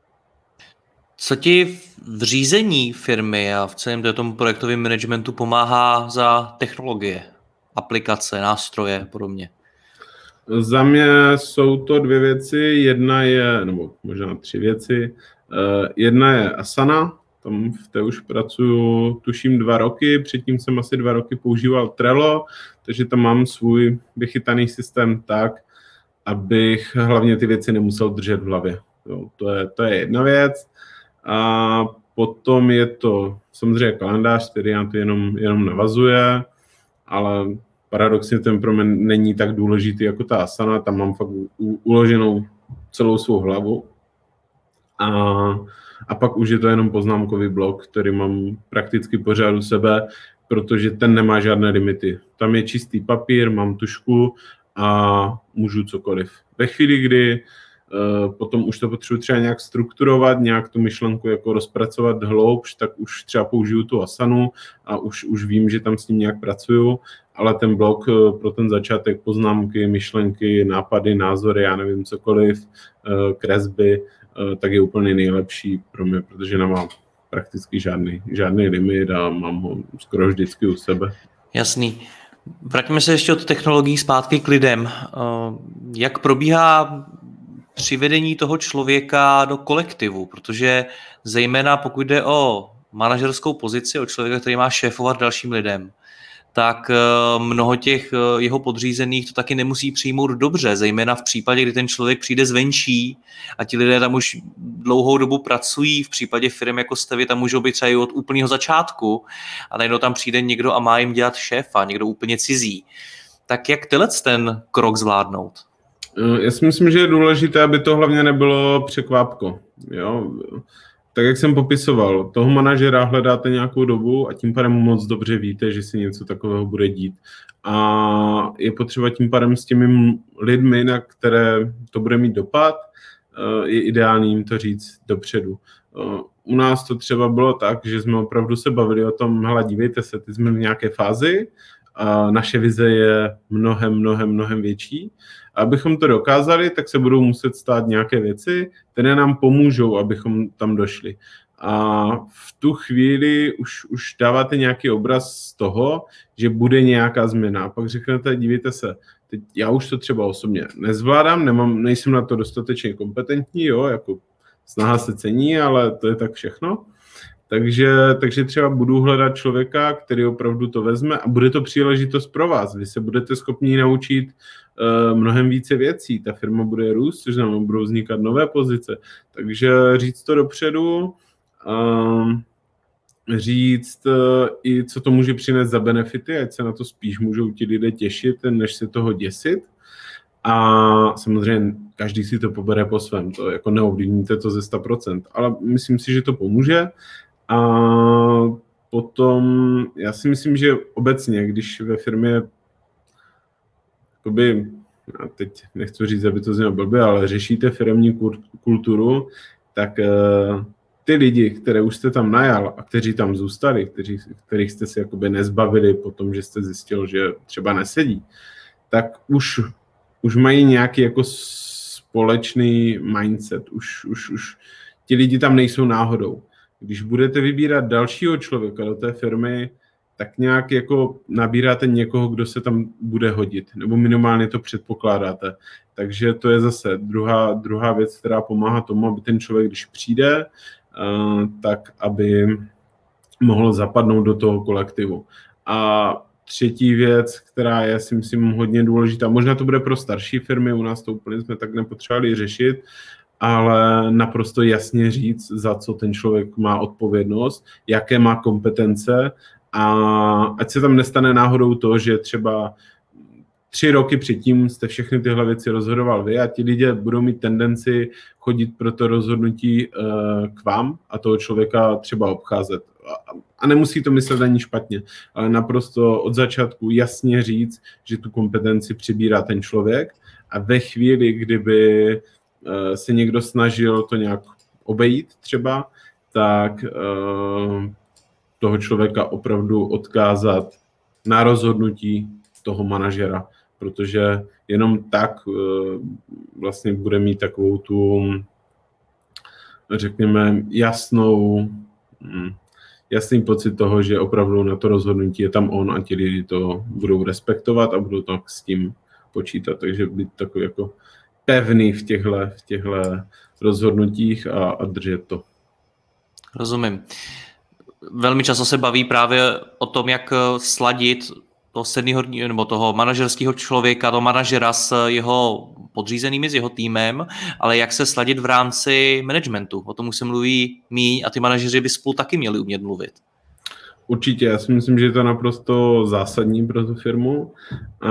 Co ti v řízení firmy a v celém tom projektovém managementu pomáhá za technologie, aplikace, nástroje a podobně? Za mě jsou to dvě věci. Jedna je, nebo možná tři věci. Jedna je Asana, tam v té už pracuji tuším dva roky, předtím jsem asi dva roky používal Trello, takže tam mám svůj vychytaný systém tak, abych hlavně ty věci nemusel držet v hlavě. Jo, to je, to je jedna věc. A potom je to samozřejmě kalendář, který na to jenom, jenom navazuje, ale paradoxně ten pro mě není tak důležitý jako ta Asana, tam mám fakt u, uloženou celou svou hlavu. A, a pak už je to jenom poznámkový blok, který mám prakticky pořád u sebe, protože ten nemá žádné limity. Tam je čistý papír, mám tušku a můžu cokoliv. Ve chvíli, kdy uh, potom už to potřebuji třeba nějak strukturovat, nějak tu myšlenku jako rozpracovat hloubš, tak už třeba použiju tu Asanu a už, už vím, že tam s ním nějak pracuju, ale ten blok uh, pro ten začátek, poznámky, myšlenky, nápady, názory, já nevím, cokoliv, uh, kresby, uh, tak je úplně nejlepší pro mě, protože nemám prakticky žádný, žádný limit a mám ho skoro vždycky u sebe. Jasný. Vraťme se ještě od technologií zpátky k lidem. Jak probíhá přivedení toho člověka do kolektivu? Protože zejména pokud jde o manažerskou pozici, o člověka, který má šéfovat dalším lidem, tak mnoho těch jeho podřízených to taky nemusí přijmout dobře, zejména v případě, kdy ten člověk přijde zvenčí a ti lidé tam už dlouhou dobu pracují, v případě firm jako jste vy tam můžou být třeba i od úplného začátku a najednou tam přijde někdo a má jim dělat šéfa, někdo úplně cizí. Tak jak tyhle ten krok zvládnout? Já si myslím, že je důležité, aby to hlavně nebylo překvápko. Jo? Tak jak jsem popisoval, toho manažera hledáte nějakou dobu a tím pádem moc dobře víte, že si něco takového bude dít. A je potřeba tím pádem s těmi lidmi, na které to bude mít dopad, je ideální jim to říct dopředu. U nás to třeba bylo tak, že jsme opravdu se bavili o tom, hele, dívejte se, ty jsme v nějaké fázi, a naše vize je mnohem, mnohem, mnohem větší. A abychom to dokázali, tak se budou muset stát nějaké věci, které nám pomůžou, abychom tam došli. A v tu chvíli už, už dáváte nějaký obraz z toho, že bude nějaká změna. A pak řeknete, dívejte se, teď já už to třeba osobně nezvládám, nemám, nejsem na to dostatečně kompetentní, jo, jako snaha se cení, ale to je tak všechno. Takže, takže třeba budu hledat člověka, který opravdu to vezme a bude to příležitost pro vás. Vy se budete schopni naučit uh, mnohem více věcí. Ta firma bude růst, což znamená, budou vznikat nové pozice. Takže říct to dopředu, uh, říct uh, i, co to může přinést za benefity, ať se na to spíš můžou ti lidé těšit, než se toho děsit. A samozřejmě každý si to pobere po svém. To jako neovlivníte to ze sto procent, ale myslím si, že to pomůže. A potom, já si myslím, že obecně, když ve firmě, jakoby, já teď nechci říct, aby to znělo blbě, ale řešíte firemní kulturu, tak uh, ty lidi, které už jste tam najal a kteří tam zůstali, kteří, kterých jste si jakoby nezbavili po tom, že jste zjistil, že třeba nesedí, tak už, už mají nějaký jako společný mindset. Už, už, už ti lidi tam nejsou náhodou. Když budete vybírat dalšího člověka do té firmy, tak nějak jako nabíráte někoho, kdo se tam bude hodit, nebo minimálně to předpokládáte. Takže to je zase druhá, druhá věc, která pomáhá tomu, aby ten člověk, když přijde, uh, tak aby mohl zapadnout do toho kolektivu. A třetí věc, která je, si myslím, hodně důležitá, možná to bude pro starší firmy, u nás to úplně jsme tak nepotřebovali řešit, ale naprosto jasně říct, za co ten člověk má odpovědnost, jaké má kompetence a ať se tam nestane náhodou to, že třeba tři roky předtím jste všechny tyhle věci rozhodoval vy a ti lidé budou mít tendenci chodit pro to rozhodnutí uh, k vám a toho člověka třeba obcházet. A nemusí to myslet ani špatně, ale naprosto od začátku jasně říct, že tu kompetenci přibírá ten člověk a ve chvíli, kdyby uh, se někdo snažil to nějak obejít třeba, tak uh, toho člověka opravdu odkázat na rozhodnutí toho manažera, protože jenom tak uh, vlastně bude mít takovou tu, řekněme, jasnou, hm, jasný pocit toho, že opravdu na to rozhodnutí je tam on a ti lidi to budou respektovat a budou tak s tím počítat. Takže být takový jako pevný v těchto v těchto rozhodnutích a, a držet to. Rozumím. Velmi často se baví právě o tom, jak sladit toho seniorního nebo toho manažerského člověka, toho manažera s jeho podřízenými, s jeho týmem, ale jak se sladit v rámci managementu. O tom už se mluví míň a ty manažeři by spolu taky měli umět mluvit. Určitě, já si myslím, že je to naprosto zásadní pro tu firmu. A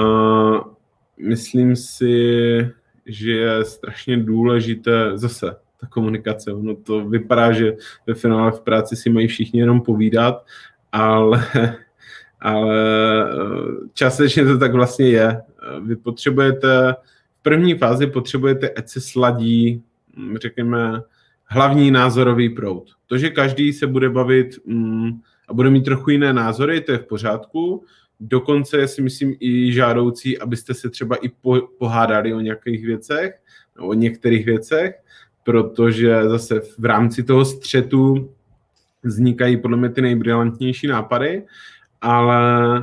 myslím si, že je strašně důležité zase ta komunikace. Ono to vypadá, že ve finále v práci si mají všichni jenom povídat, ale ale částečně to tak vlastně je. Vy potřebujete, v první fázi potřebujete, ať se sladí, řekněme, hlavní názorový proud. To, že každý se bude bavit mm, a bude mít trochu jiné názory, to je v pořádku. Dokonce si myslím i žádoucí, abyste se třeba i po, pohádali o nějakých věcech, o některých věcech, protože zase v rámci toho střetu vznikají podle mě ty nejbrilantnější nápady, ale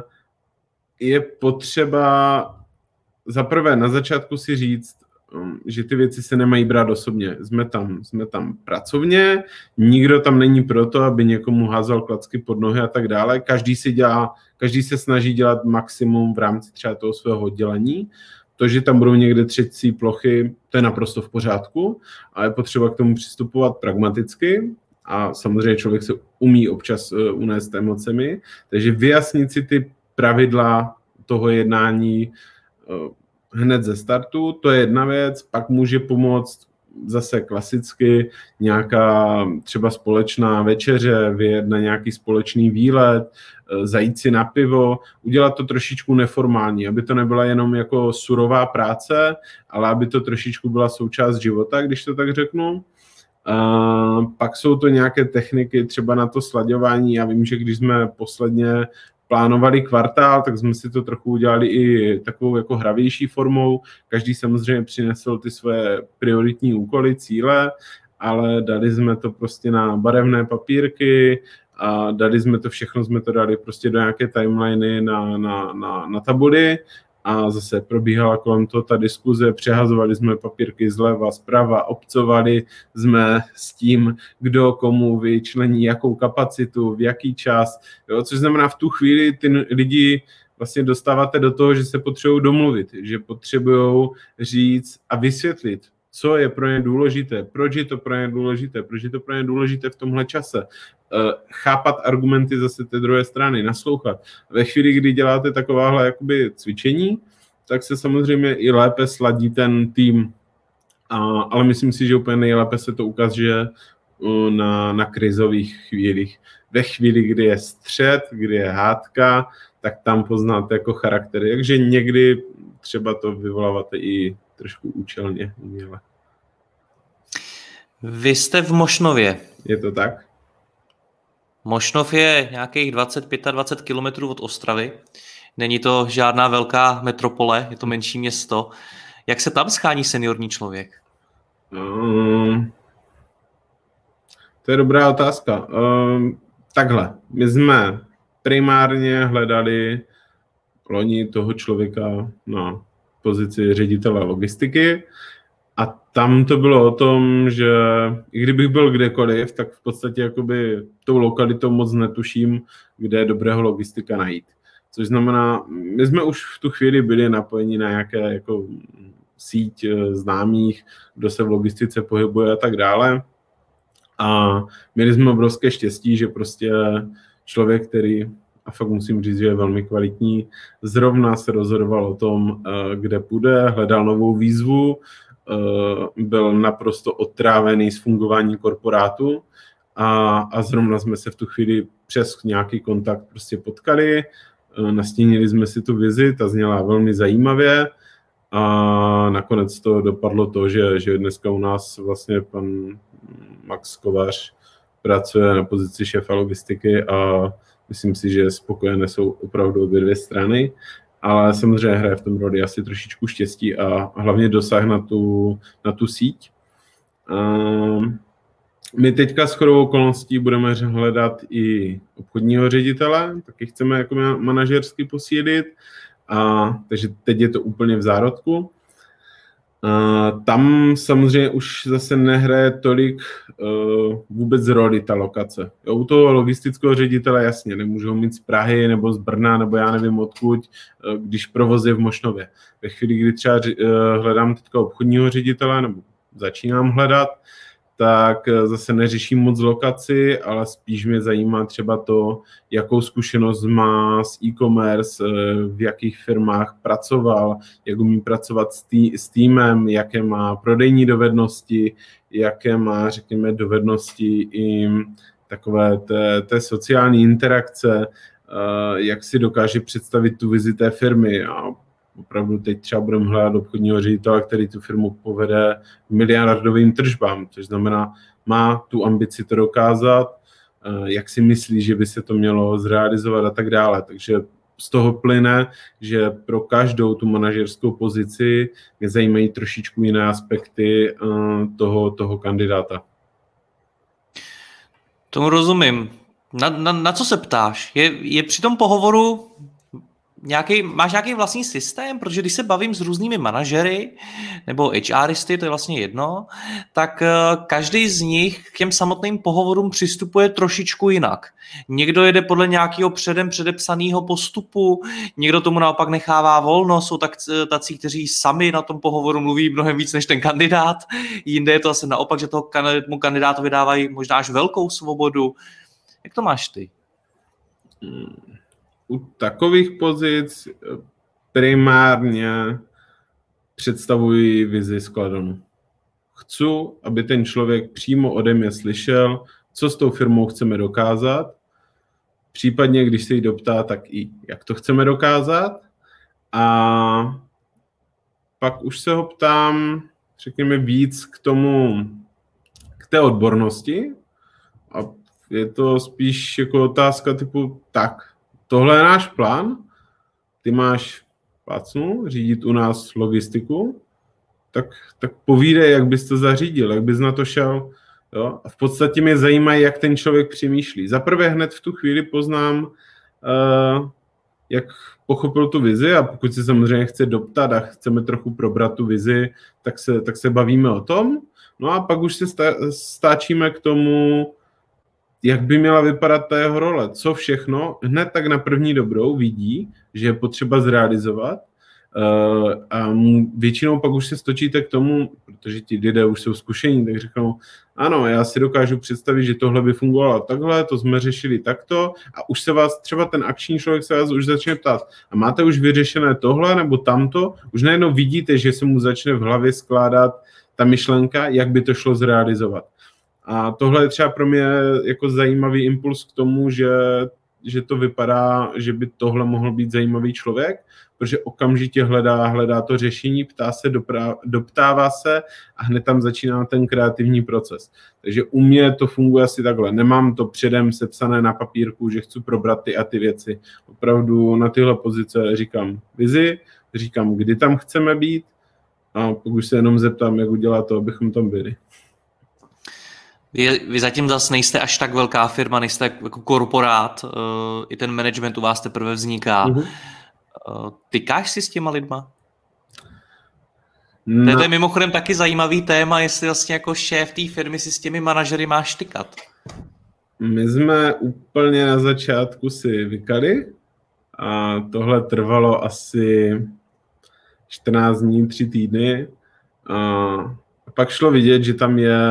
je potřeba zaprvé na začátku si říct, že ty věci se nemají brát osobně. Jsme tam, jsme tam pracovně, nikdo tam není proto, aby někomu házel klacky pod nohy a tak dále. Každý si dělá, každý se snaží dělat maximum v rámci třeba toho svého oddělení. To, že tam budou někde třecí plochy, to je naprosto v pořádku, ale je potřeba k tomu přistupovat pragmaticky a samozřejmě člověk se umí občas uh, unést emocemi, takže vyjasnit si ty pravidla toho jednání uh, hned ze startu, to je jedna věc, pak může pomoct zase klasicky nějaká třeba společná večeře, vyjet na nějaký společný výlet, zajít si na pivo, udělat to trošičku neformální, aby to nebyla jenom jako surová práce, ale aby to trošičku byla součást života, když to tak řeknu. Uh, pak jsou to nějaké techniky třeba na to slaďování. Já vím, že když jsme posledně plánovali kvartál, tak jsme si to trochu udělali i takovou jako hravější formou. Každý samozřejmě přinesl ty svoje prioritní úkoly, cíle, ale dali jsme to prostě na barevné papírky a dali jsme to všechno, jsme to dali prostě do nějaké timeliny na, na, na, na tabuli a zase probíhala kolem toho ta diskuze, přehazovali jsme papírky zleva, zprava, obcovali jsme s tím, kdo komu vyčlení jakou kapacitu, v jaký čas, jo, což znamená v tu chvíli ty lidi vlastně dostáváte do toho, že se potřebují domluvit, že potřebují říct a vysvětlit, co je pro ně důležité, proč je to pro ně důležité, proč je to pro ně důležité v tomhle čase. Chápat argumenty zase té druhé strany, naslouchat. Ve chvíli, kdy děláte takováhle jakoby cvičení, tak se samozřejmě i lépe sladí ten tým. A, ale myslím si, že úplně nejlépe se to ukáže na, na krizových chvílích. Ve chvíli, kdy je střet, kdy je hádka, tak tam poznáte jako charaktery. Takže někdy třeba to vyvoláváte i trošku účelně, uměle. Vy jste v Mošnově. Je to tak? Mošnov je nějakých dvacet dvacet pět kilometrů od Ostravy. Není to žádná velká metropole, je to menší město. Jak se tam schání seniorní člověk? Um, to je dobrá otázka. Um, takhle, my jsme primárně hledali loni toho člověka na pozici ředitele logistiky a tam to bylo o tom, že i kdybych byl kdekoliv, tak v podstatě jakoby tou lokalitou moc netuším, kde je dobrého logistika najít. Což znamená, my jsme už v tu chvíli byli napojeni na nějaké jako síť známých, kdo se v logistice pohybuje a tak dále. A měli jsme obrovské štěstí, že prostě člověk, který, a fakt musím říct, že je velmi kvalitní, zrovna se rozhodoval o tom, kde půjde, hledal novou výzvu, byl naprosto otrávený z fungování korporátu a, a zrovna jsme se v tu chvíli přes nějaký kontakt prostě potkali, nastínili jsme si tu vizi, ta zněla velmi zajímavě a nakonec to dopadlo to, že, že dneska u nás vlastně pan Max Kovář pracuje na pozici šéfa logistiky a myslím si, že spokojené jsou opravdu obě dvě strany, ale samozřejmě hraje v tom roli asi trošičku štěstí a hlavně dosah na tu, na tu síť. Um, my teďka s chodou okolností budeme hledat i obchodního ředitele, taky chceme jako manažersky posílit, a, takže teď je to úplně v zárodku. Uh, tam samozřejmě už zase nehraje tolik uh, vůbec roli ta lokace. Jo, u toho logistického ředitele jasně, nemůžu ho mít z Prahy nebo z Brna nebo já nevím odkud, uh, když provoz je v Mošnově. Ve chvíli, kdy třeba uh, hledám teďka obchodního ředitele nebo začínám hledat, tak zase neřeším moc lokaci, ale spíš mě zajímá třeba to, jakou zkušenost má s e-commerce, v jakých firmách pracoval, jak umí pracovat s, tý, s týmem, jaké má prodejní dovednosti, jaké má, řekněme, dovednosti i takové té, té sociální interakce, jak si dokáže představit tu vizi té firmy. A opravdu teď třeba budeme hledat obchodního ředitele, který tu firmu povede miliardovým tržbám, což znamená, má tu ambici to dokázat, jak si myslí, že by se to mělo zrealizovat a tak dále. Takže z toho plyne, že pro každou tu manažerskou pozici mě zajímají trošičku jiné aspekty toho, toho kandidáta. Tomu rozumím. Na, na, na co se ptáš? Je, je při tom pohovoru nějaký, máš nějaký vlastní systém? Protože když se bavím s různými manažery nebo HRisty, to je vlastně jedno, tak každý z nich k těm samotným pohovorům přistupuje trošičku jinak. Někdo jede podle nějakého předem předepsaného postupu, někdo tomu naopak nechává volno, jsou tak, tací, kteří sami na tom pohovoru mluví mnohem víc než ten kandidát, jinde je to asi naopak, že toho kandidátovi dávají možná až velkou svobodu. Jak to máš ty? U takových pozic primárně představuji vizi skladonu. Chci, aby ten člověk přímo ode mě slyšel, co s tou firmou chceme dokázat, případně, když se jí doptá, tak i jak to chceme dokázat. A pak už se ho ptám, řekněme, víc k tomu, k té odbornosti. A je to spíš jako otázka typu, tak, tohle je náš plán, ty máš plácnu, řídit u nás logistiku, tak, tak povídej, jak bys to zařídil, jak bys na to šel. Jo? A v podstatě mě zajímají, jak ten člověk přemýšlí. Za prvé hned v tu chvíli poznám, uh, jak pochopil tu vizi, a pokud se samozřejmě chce doptat a chceme trochu probrat tu vizi, tak se, tak se bavíme o tom. No a pak už se stáčíme k tomu, jak by měla vypadat ta jeho role, co všechno hned tak na první dobrou vidí, že je potřeba zrealizovat, a většinou pak už se stočíte k tomu, protože ti lidé už jsou zkušení, tak řeknou, ano, já si dokážu představit, že tohle by fungovalo takhle, to jsme řešili takto, a už se vás, třeba ten akční člověk se vás už začne ptát, a máte už vyřešené tohle nebo tamto, už najednou vidíte, že se mu začne v hlavě skládat ta myšlenka, jak by to šlo zrealizovat. A tohle je třeba pro mě jako zajímavý impuls k tomu, že, že to vypadá, že by tohle mohl být zajímavý člověk, protože okamžitě hledá, hledá to řešení, ptá se, dopra, doptává se a hned tam začíná ten kreativní proces. Takže u mě to funguje asi takhle. Nemám to předem sepsané na papírku, že chci probrat ty a ty věci. Opravdu na tyhle pozice říkám vizi, říkám, kdy tam chceme být, a pokud se jenom zeptám, jak udělat to, abychom tam byli. Vy, vy zatím zase nejste až tak velká firma, nejste jako korporát, uh, i ten management u vás teprve vzniká. Uh-huh. Uh, tykáš si s těma lidma? No. To je mimochodem taky zajímavý téma, jestli vlastně jako šéf té firmy si s těmi manažery máš tykat. My jsme úplně na začátku si vykali a tohle trvalo asi čtrnáct dní, tři týdny. A pak šlo vidět, že tam je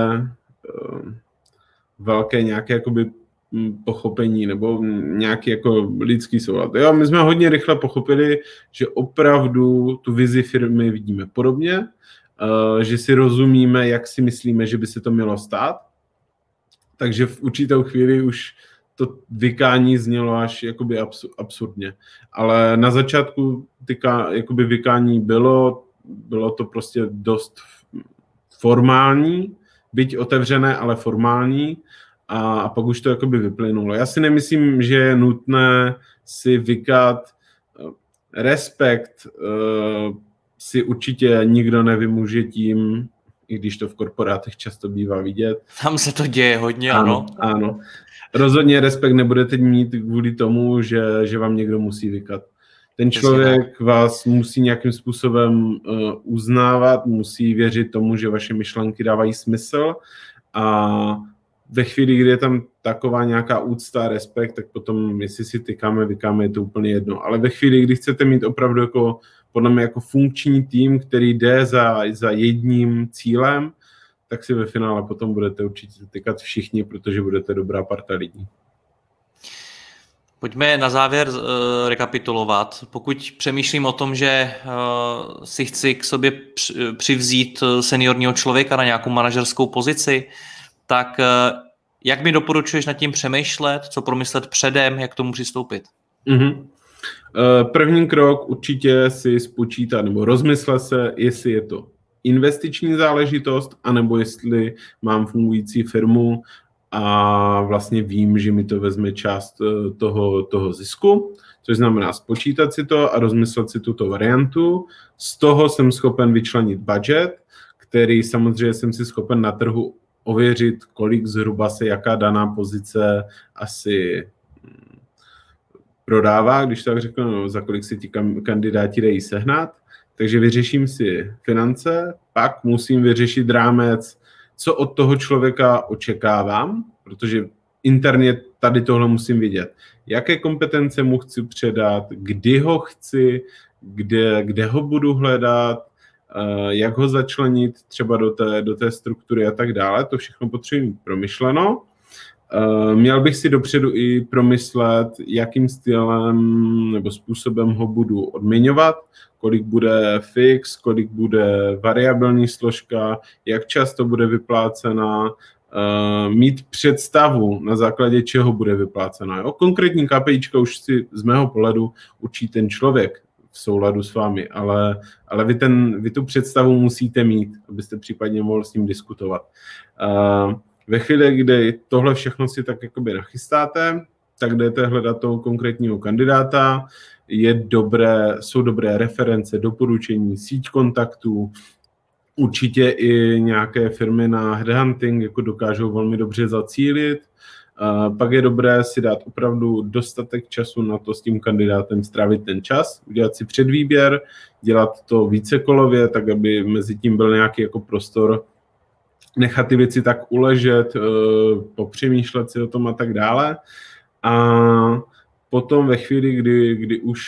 velké nějaké jakoby pochopení nebo nějaký jako lidský soulad. Jo, my jsme hodně rychle pochopili, že opravdu tu vizi firmy vidíme podobně, že si rozumíme, jak si myslíme, že by se to mělo stát. Takže v určitou chvíli už to vykání znělo až jakoby absurdně. Ale na začátku tyka, jakoby vykání bylo, bylo to prostě dost formální, byť otevřené, ale formální, a, a pak už to jakoby vyplynulo. Já si nemyslím, že je nutné si vykat. Respekt uh, si určitě nikdo nevymůže tím, i když to v korporátech často bývá vidět. Tam se to děje hodně, ano. Ano, ano. Rozhodně respekt nebudete mít kvůli tomu, že, že vám někdo musí vykat. Ten člověk vás musí nějakým způsobem uh, uznávat, musí věřit tomu, že vaše myšlenky dávají smysl, a ve chvíli, kdy je tam taková nějaká úcta a respekt, tak potom, jestli si tykáme, vykáme, je to úplně jedno. Ale ve chvíli, kdy chcete mít opravdu jako, podle mě jako funkční tým, který jde za, za jedním cílem, tak si ve finále potom budete určitě tykat všichni, protože budete dobrá parta lidí. Pojďme na závěr uh, rekapitulovat. Pokud přemýšlím o tom, že uh, si chci k sobě při, přivzít seniorního člověka na nějakou manažerskou pozici, tak uh, jak mi doporučuješ nad tím přemýšlet, co promyslet předem, jak k tomu přistoupit? Mm-hmm. První krok určitě si spočítat nebo rozmyslet se, jestli je to investiční záležitost, anebo jestli mám fungující firmu a vlastně vím, že mi to vezme část toho, toho zisku, což znamená spočítat si to a rozmyslet si tuto variantu. Z toho jsem schopen vyčlenit budget, který samozřejmě jsem si schopen na trhu ověřit, kolik zhruba se jaká daná pozice asi prodává, když tak řeknu, no, za kolik si ti kandidáti dají sehnat. Takže vyřeším si finance, pak musím vyřešit rámec, co od toho člověka očekávám, protože interně tady tohle musím vědět. Jaké kompetence mu chci předat, kdy ho chci, kde, kde ho budu hledat, jak ho začlenit třeba do té, do té struktury a tak dále. To všechno potřebuji promyšleno. Měl bych si dopředu i promyslet, jakým stylem nebo způsobem ho budu odměňovat, kolik bude fix, kolik bude variabilní složka, jak často bude vyplácena, mít představu, na základě čeho bude vyplácena. Jo? Konkrétní KPIčka už si z mého pohledu určí ten člověk v souladu s vámi, ale, ale vy, ten, vy tu představu musíte mít, abyste případně mohl s ním diskutovat. Ve chvíli, kdy tohle všechno si tak jakoby nachystáte, tak jdete hledat toho konkrétního kandidáta, je dobré, jsou dobré reference, doporučení, síť kontaktů, určitě i nějaké firmy na headhunting jako dokážou velmi dobře zacílit. Pak je dobré si dát opravdu dostatek času na to s tím kandidátem strávit ten čas, udělat si předvýběr, dělat to vícekolově, tak aby mezi tím byl nějaký jako prostor nechat ty věci tak uležet, popřemýšlet si o tom a tak dále. A potom ve chvíli, kdy, kdy už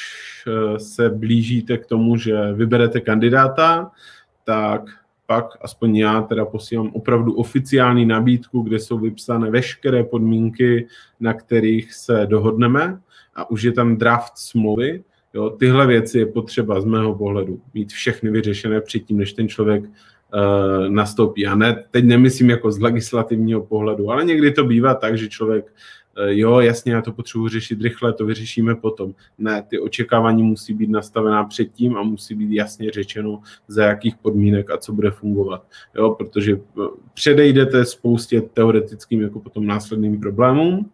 se blížíte k tomu, že vyberete kandidáta, tak pak aspoň já teda posílám opravdu oficiální nabídku, kde jsou vypsané veškeré podmínky, na kterých se dohodneme a už je tam draft smlouvy. Jo, tyhle věci je potřeba z mého pohledu mít všechny vyřešené předtím, než ten člověk uh, nastoupí. A ne, teď nemyslím jako z legislativního pohledu, ale někdy to bývá tak, že člověk uh, jo, jasně, já to potřebuji řešit rychle, to vyřešíme potom. Ne, ty očekávání musí být nastavená předtím a musí být jasně řečeno, za jakých podmínek a co bude fungovat. Jo, protože předejdete spoustě teoretickým jako potom následným problémům.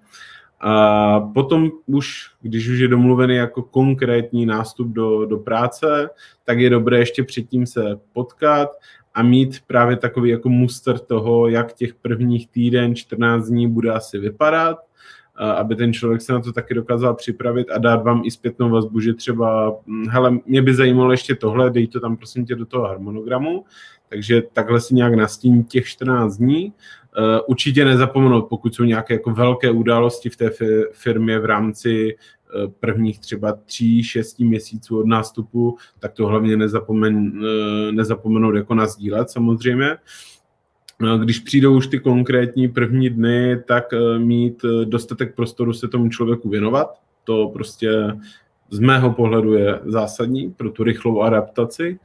A potom už, když už je domluvený jako konkrétní nástup do, do práce, tak je dobré ještě předtím se potkat a mít právě takový jako muster toho, jak těch prvních týden, čtrnáct dní bude asi vypadat, aby ten člověk se na to taky dokázal připravit a dát vám i zpětnou vazbu, že třeba, hele, mě by zajímalo ještě tohle, dej to tam prosím tě do toho harmonogramu, takže takhle si nějak nastíní těch čtrnáct dní. Uh, určitě nezapomenout, pokud jsou nějaké jako velké události v té firmě v rámci uh, prvních třeba tří, šesti měsíců od nástupu, tak to hlavně nezapomen, uh, nezapomenout jako nasdílet samozřejmě. Uh, když přijdou už ty konkrétní první dny, tak uh, mít uh, dostatek prostoru se tomu člověku věnovat. To prostě z mého pohledu je zásadní pro tu rychlou adaptaci.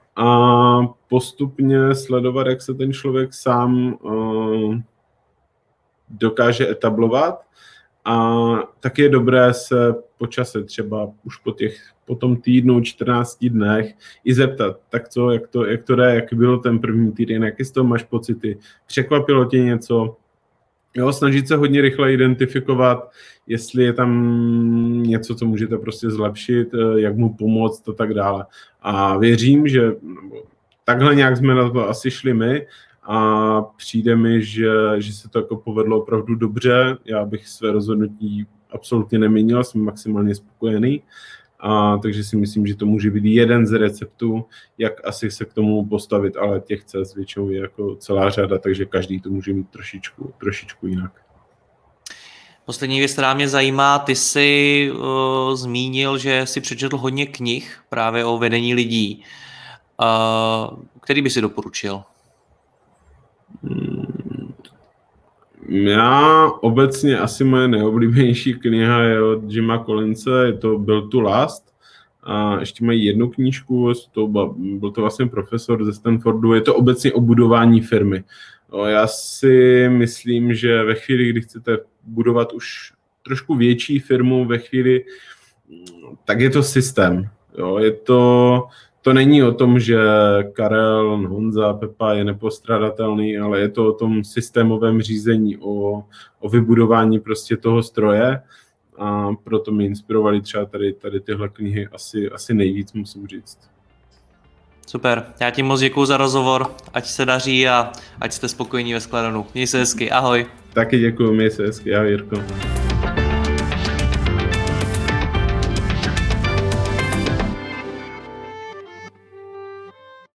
A postupně sledovat, jak se ten člověk sám uh, dokáže etablovat. A tak je dobré se po čase, třeba už po, těch, po tom týdnu, čtrnácti dnech, i zeptat, tak co, jak to, jak to jde, jak byl ten první týden, jaký z toho máš pocity, překvapilo tě něco. Jo, snažit se hodně rychle identifikovat, jestli je tam něco, co můžete prostě zlepšit, jak mu pomoct a tak dále. A věřím, že takhle nějak jsme na to asi šli my a přijde mi, že, že se to jako povedlo opravdu dobře. Já bych své rozhodnutí absolutně neměnil, jsem maximálně spokojený. A takže si myslím, že to může být jeden z receptů, jak asi se k tomu postavit, ale těch cest většinou je jako celá řada, takže každý to může mít trošičku, trošičku jinak. Poslední věc, která mě zajímá, ty jsi uh, zmínil, že jsi přečetl hodně knih právě o vedení lidí. Uh, který by si doporučil? Já obecně asi moje nejoblíbenější kniha je od Jima Collinse, je to Built to Last. A ještě mají jednu knížku, to byl to vlastně profesor ze Stanfordu, je to obecně o budování firmy. Já si myslím, že ve chvíli, kdy chcete budovat už trošku větší firmu, ve chvíli, tak je to systém. Jo? Je to, to není o tom, že Karel, Honza, Pepa je nepostradatelný, ale je to o tom systémovém řízení, o, o vybudování prostě toho stroje. A proto mě inspirovali třeba tady, tady tyhle knihy asi, asi nejvíc, musím říct. Super, já ti moc děkuju za rozhovor, ať se daří a ať jste spokojení ve Skladanu. Měj se hezky, ahoj. Taky děkuju, měj se hezky, ahoj Jirko.